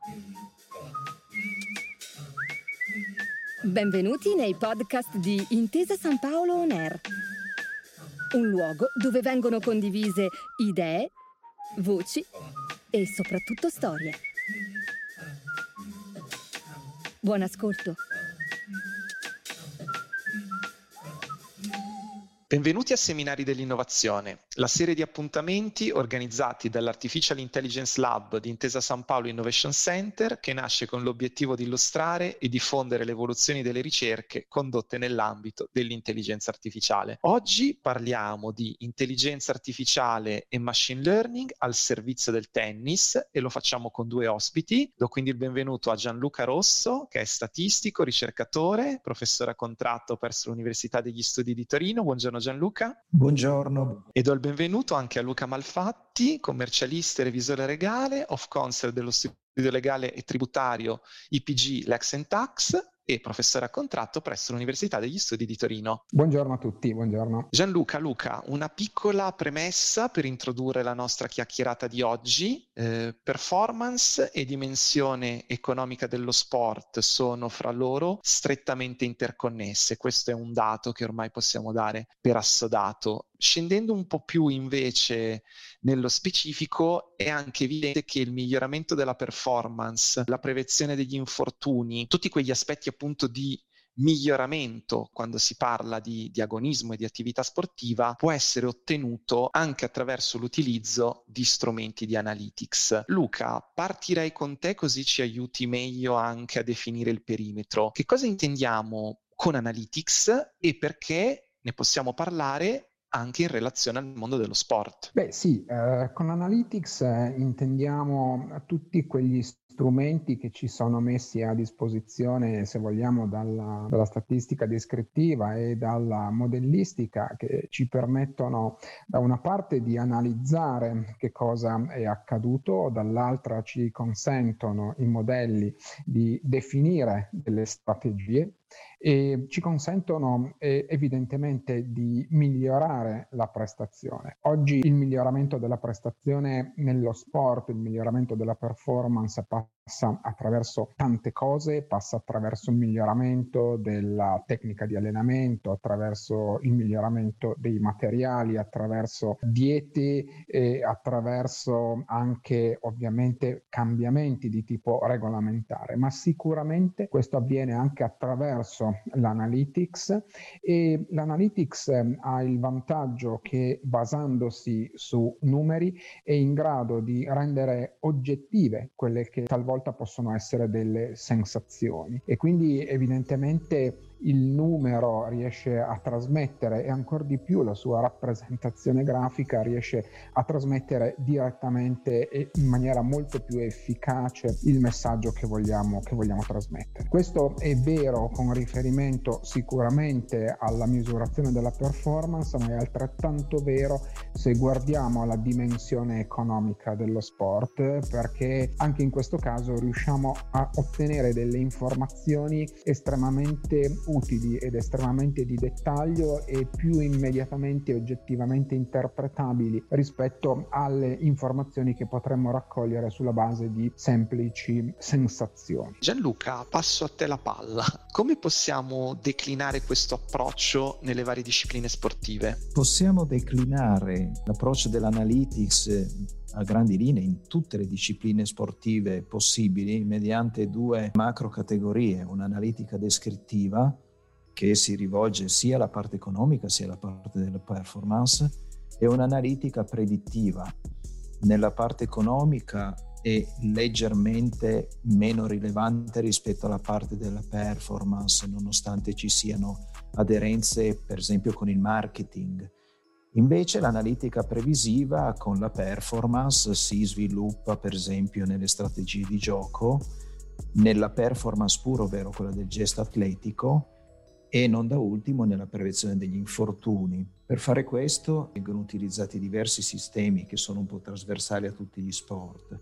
Benvenuti nei podcast di Intesa Sanpaolo On Air, un luogo dove vengono condivise idee, voci e soprattutto storie. Buon ascolto. Benvenuti a Seminari dell'Innovazione, la serie di appuntamenti organizzati dall'Artificial Intelligence Lab di Intesa Sanpaolo Innovation Center, che nasce con l'obiettivo di illustrare e diffondere le evoluzioni delle ricerche condotte nell'ambito dell'intelligenza artificiale. Oggi parliamo di intelligenza artificiale e machine learning al servizio del tennis e lo facciamo con due ospiti. Do quindi il benvenuto a Gianluca Rosso, che è statistico, ricercatore, professore a contratto presso l'Università degli Studi di Torino. Buongiorno Gianluca. Buongiorno. E do il benvenuto anche a Luca Malfatti, commercialista e revisore legale, of counsel dello studio legale e tributario IPG Lex & Tax e professore a contratto presso l'Università degli Studi di Torino. Buongiorno a tutti, buongiorno. Gianluca, Luca, una piccola premessa per introdurre la nostra chiacchierata di oggi. Performance e dimensione economica dello sport sono fra loro strettamente interconnesse. Questo è un dato che ormai possiamo dare per assodato. Scendendo un po' più invece nello specifico, è anche evidente che il miglioramento della performance, la prevenzione degli infortuni, tutti quegli aspetti appunto di miglioramento quando si parla di agonismo e di attività sportiva può essere ottenuto anche attraverso l'utilizzo di strumenti di analytics. Luca, partirei con te così ci aiuti meglio anche a definire il perimetro. Che cosa intendiamo con analytics e perché ne possiamo parlare anche in relazione al mondo dello sport? Beh sì, con Analytics intendiamo tutti quegli strumenti che ci sono messi a disposizione, se vogliamo, dalla statistica descrittiva e dalla modellistica, che ci permettono da una parte di analizzare che cosa è accaduto, dall'altra ci consentono i modelli di definire delle strategie e ci consentono evidentemente di migliorare la prestazione. Oggi il miglioramento della prestazione nello sport, il miglioramento della performance passa attraverso tante cose, passa attraverso il miglioramento della tecnica di allenamento, attraverso il miglioramento dei materiali, attraverso diete e attraverso anche ovviamente cambiamenti di tipo regolamentare, ma sicuramente questo avviene anche attraverso l'analytics, e l'analytics ha il vantaggio che, basandosi su numeri, è in grado di rendere oggettive quelle che talvolta possono essere delle sensazioni, e quindi evidentemente il numero riesce a trasmettere, e ancor di più la sua rappresentazione grafica riesce a trasmettere direttamente e in maniera molto più efficace il messaggio che vogliamo trasmettere. Questo è vero con riferimento sicuramente alla misurazione della performance, ma è altrettanto vero se guardiamo alla dimensione economica dello sport, perché anche in questo caso riusciamo a ottenere delle informazioni estremamente utili ed estremamente di dettaglio e più immediatamente e oggettivamente interpretabili rispetto alle informazioni che potremmo raccogliere sulla base di semplici sensazioni. Gianluca, passo a te la palla. Come possiamo declinare questo approccio nelle varie discipline sportive? Possiamo declinare l'approccio dell'analytics a grandi linee in tutte le discipline sportive possibili mediante due macro categorie: un'analitica descrittiva che si rivolge sia alla parte economica sia alla parte della performance, e un'analitica predittiva. Nella parte economica è leggermente meno rilevante rispetto alla parte della performance, nonostante ci siano aderenze per esempio con il marketing. Invece l'analitica previsiva con la performance si sviluppa per esempio nelle strategie di gioco, nella performance pura, ovvero quella del gesto atletico, e non da ultimo nella prevenzione degli infortuni. Per fare questo vengono utilizzati diversi sistemi che sono un po' trasversali a tutti gli sport.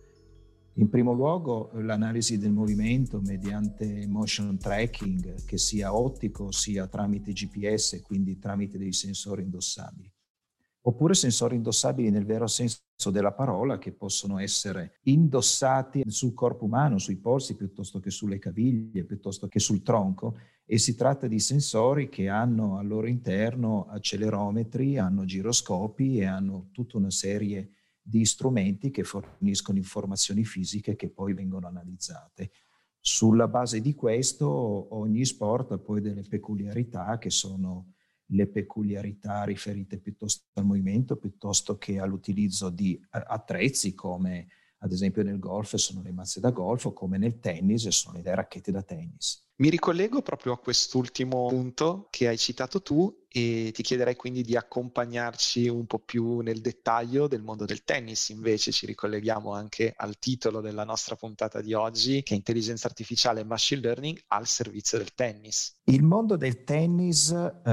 In primo luogo l'analisi del movimento mediante motion tracking, che sia ottico sia tramite GPS, quindi tramite dei sensori indossabili. oppure sensori indossabili nel vero senso della parola, che possono essere indossati sul corpo umano, sui polsi, piuttosto che sulle caviglie, piuttosto che sul tronco. E si tratta di sensori che hanno al loro interno accelerometri, hanno giroscopi e hanno tutta una serie di strumenti che forniscono informazioni fisiche che poi vengono analizzate. Sulla base di questo ogni sport ha poi delle peculiarità, che sono le peculiarità riferite piuttosto al movimento, piuttosto che all'utilizzo di attrezzi, come ad esempio nel golf sono le mazze da golf, o come nel tennis sono le racchette da tennis. Mi ricollego proprio a quest'ultimo punto che hai citato tu e ti chiederei quindi di accompagnarci un po' più nel dettaglio del mondo del tennis. Invece ci ricolleghiamo anche al titolo della nostra puntata di oggi, che è Intelligenza Artificiale e Machine Learning al servizio del tennis. Il mondo del tennis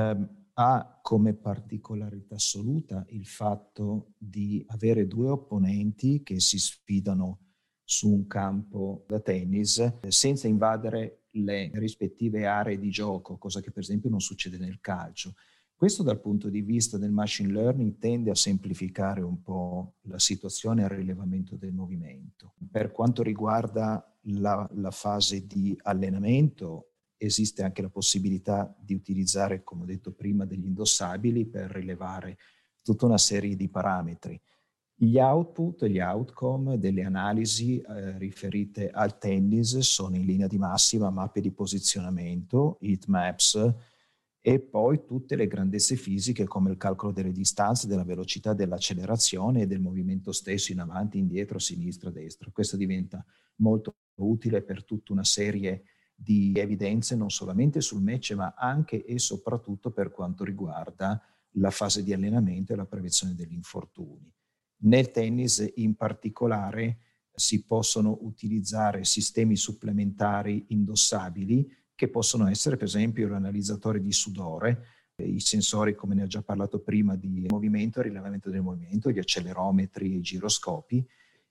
ha come particolarità assoluta il fatto di avere due opponenti che si sfidano su un campo da tennis senza invadere le rispettive aree di gioco, cosa che per esempio non succede nel calcio. Questo dal punto di vista del machine learning tende a semplificare un po' la situazione al rilevamento del movimento. Per quanto riguarda la fase di allenamento, esiste anche la possibilità di utilizzare, come ho detto prima, degli indossabili per rilevare tutta una serie di parametri. Gli output, gli outcome delle analisi riferite al tennis sono in linea di massima mappe di posizionamento, heat maps, e poi tutte le grandezze fisiche come il calcolo delle distanze, della velocità dell'accelerazione e del movimento stesso in avanti, indietro, sinistra, destra. Questo diventa molto utile per tutta una serie di evidenze non solamente sul match, ma anche e soprattutto per quanto riguarda la fase di allenamento e la prevenzione degli infortuni. Nel tennis in particolare si possono utilizzare sistemi supplementari indossabili che possono essere per esempio l'analizzatore di sudore, i sensori, come ne ho già parlato prima, di movimento e rilevamento del movimento, gli accelerometri e i giroscopi,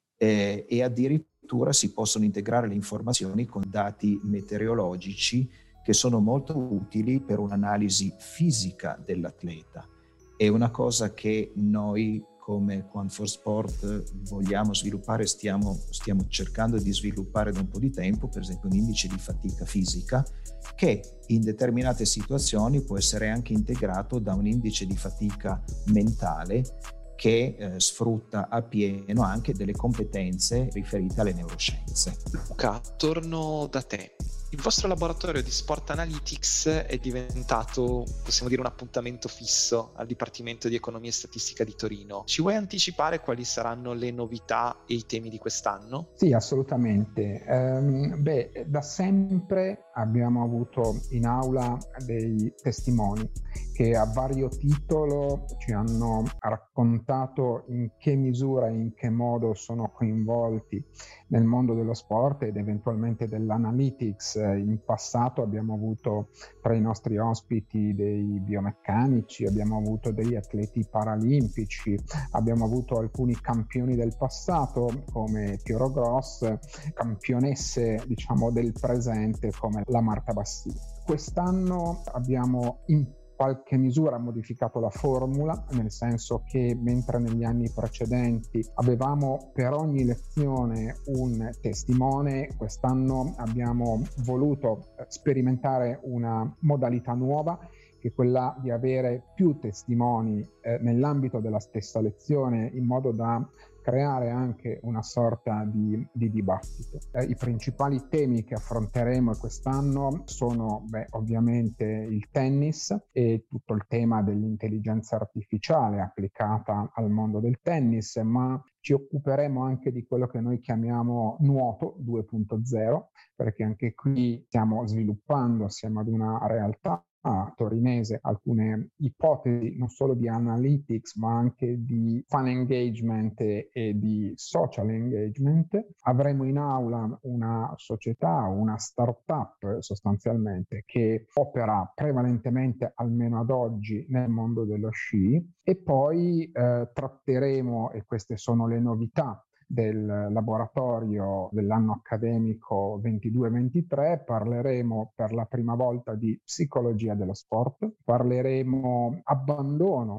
e addirittura si possono integrare le informazioni con dati meteorologici che sono molto utili per un'analisi fisica dell'atleta. È una cosa che noi come Quant4Sport vogliamo sviluppare, stiamo cercando di sviluppare da un po' di tempo, per esempio un indice di fatica fisica che in determinate situazioni può essere anche integrato da un indice di fatica mentale che sfrutta appieno anche delle competenze riferite alle neuroscienze. Luca, torno da te. Il vostro laboratorio di Sport Analytics è diventato, possiamo dire, un appuntamento fisso al Dipartimento di Economia e Statistica di Torino. Ci vuoi anticipare quali saranno le novità e i temi di quest'anno? Sì, assolutamente. Da sempre abbiamo avuto in aula dei testimoni che a vario titolo ci hanno raccontato in che misura e in che modo sono coinvolti nel mondo dello sport ed eventualmente dell'analytics. In passato abbiamo avuto tra i nostri ospiti dei biomeccanici, abbiamo avuto degli atleti paralimpici, abbiamo avuto alcuni campioni del passato come Piero Gross, campionesse del presente come la Marta Bassini. Quest'anno abbiamo in qualche misura modificato la formula, nel senso che mentre negli anni precedenti avevamo per ogni lezione un testimone, quest'anno abbiamo voluto sperimentare una modalità nuova, che è quella di avere più testimoni nell'ambito della stessa lezione, in modo da creare anche una sorta di dibattito. I principali temi che affronteremo quest'anno sono ovviamente il tennis e tutto il tema dell'intelligenza artificiale applicata al mondo del tennis, ma ci occuperemo anche di quello che noi chiamiamo nuoto 2.0, perché anche qui stiamo sviluppando, siamo ad una realtà torinese, alcune ipotesi non solo di analytics ma anche di fan engagement e di social engagement. Avremo in aula una società, una startup sostanzialmente, che opera prevalentemente, almeno ad oggi, nel mondo dello sci, e poi tratteremo, e queste sono le novità del laboratorio dell'anno accademico 22-23, parleremo per la prima volta di psicologia dello sport, parleremo abbandono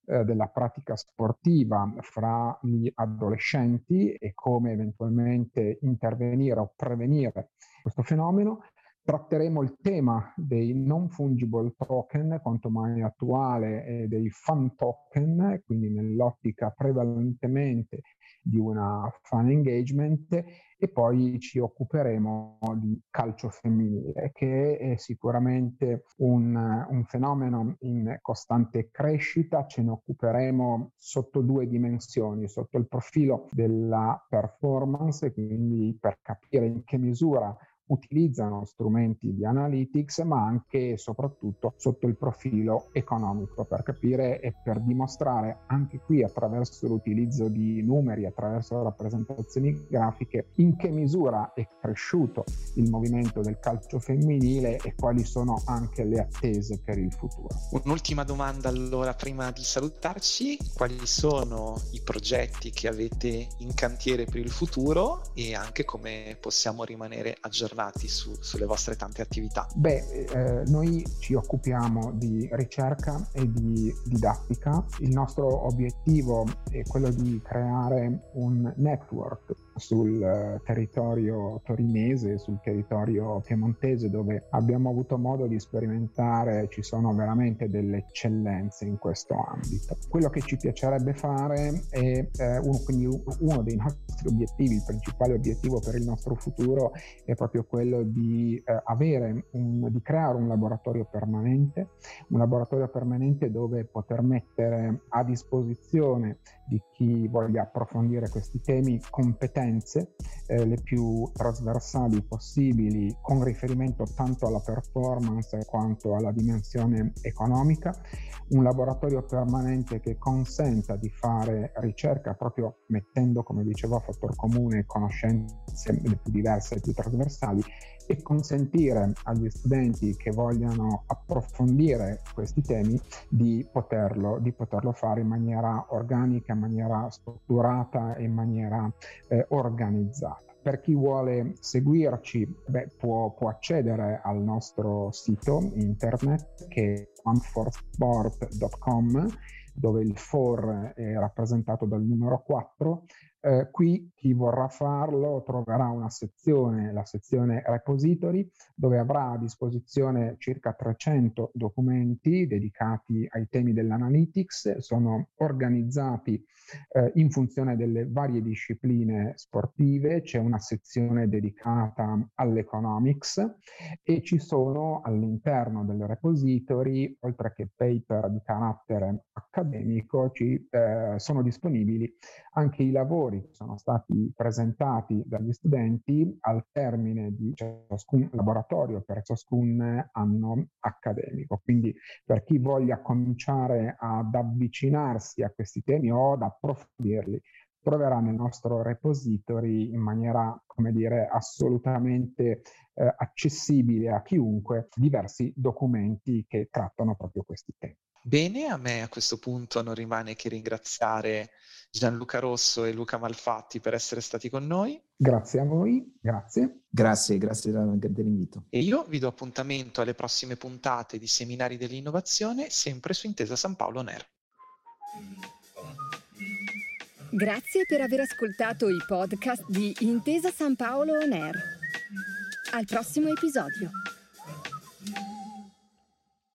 della pratica sportiva fra gli adolescenti e come eventualmente intervenire o prevenire questo fenomeno. Tratteremo il tema dei non fungible token, quanto mai attuale, e dei fun token, quindi nell'ottica prevalentemente di una fan engagement, e poi ci occuperemo di calcio femminile, che è sicuramente un fenomeno in costante crescita. Ce ne occuperemo sotto due dimensioni: sotto il profilo della performance, quindi per capire in che misura utilizzano strumenti di analytics, ma anche e soprattutto sotto il profilo economico, per capire e per dimostrare anche qui, attraverso l'utilizzo di numeri, attraverso rappresentazioni grafiche, in che misura è cresciuto il movimento del calcio femminile e quali sono anche le attese per il futuro. Un'ultima domanda allora, prima di salutarci: quali sono i progetti che avete in cantiere per il futuro e anche come possiamo rimanere aggiornati sulle vostre tante attività? Noi ci occupiamo di ricerca e di didattica. Il nostro obiettivo è quello di creare un network sul territorio torinese, sul territorio piemontese, dove abbiamo avuto modo di sperimentare, ci sono veramente delle eccellenze in questo ambito. Quello che ci piacerebbe fare è uno dei nostri obiettivi, il principale obiettivo per il nostro futuro è proprio quello di creare un laboratorio permanente dove poter mettere a disposizione di chi voglia approfondire questi temi competenze le più trasversali possibili, con riferimento tanto alla performance quanto alla dimensione economica. Un laboratorio permanente che consenta di fare ricerca proprio mettendo, come dicevo, a fattor comune conoscenze le più diverse e più trasversali, e consentire agli studenti che vogliano approfondire questi temi di poterlo fare in maniera organica, in maniera strutturata e in maniera organizzata. Per chi vuole seguirci, può accedere al nostro sito internet, che è quant4sport.com, dove il 4 è rappresentato dal numero 4. Qui chi vorrà farlo troverà una sezione, la sezione repository, dove avrà a disposizione circa 300 documenti dedicati ai temi dell'analytics. Sono organizzati in funzione delle varie discipline sportive. C'è una sezione dedicata all'economics e ci sono all'interno del repository, oltre che paper di carattere accademico, sono disponibili anche i lavori che sono stati presentati dagli studenti al termine di ciascun laboratorio, per ciascun anno accademico. Quindi per chi voglia cominciare ad avvicinarsi a questi temi o ad approfondirli, troverà nel nostro repository in maniera, assolutamente accessibile a chiunque, diversi documenti che trattano proprio questi temi. Bene, a me a questo punto non rimane che ringraziare Gianluca Rosso e Luca Malfatti per essere stati con noi. Grazie a voi, grazie. Grazie dell'invito. E io vi do appuntamento alle prossime puntate di Seminari dell'Innovazione, sempre su Intesa San Paolo On Air. Grazie per aver ascoltato i podcast di Intesa San Paolo On Air. Al prossimo episodio.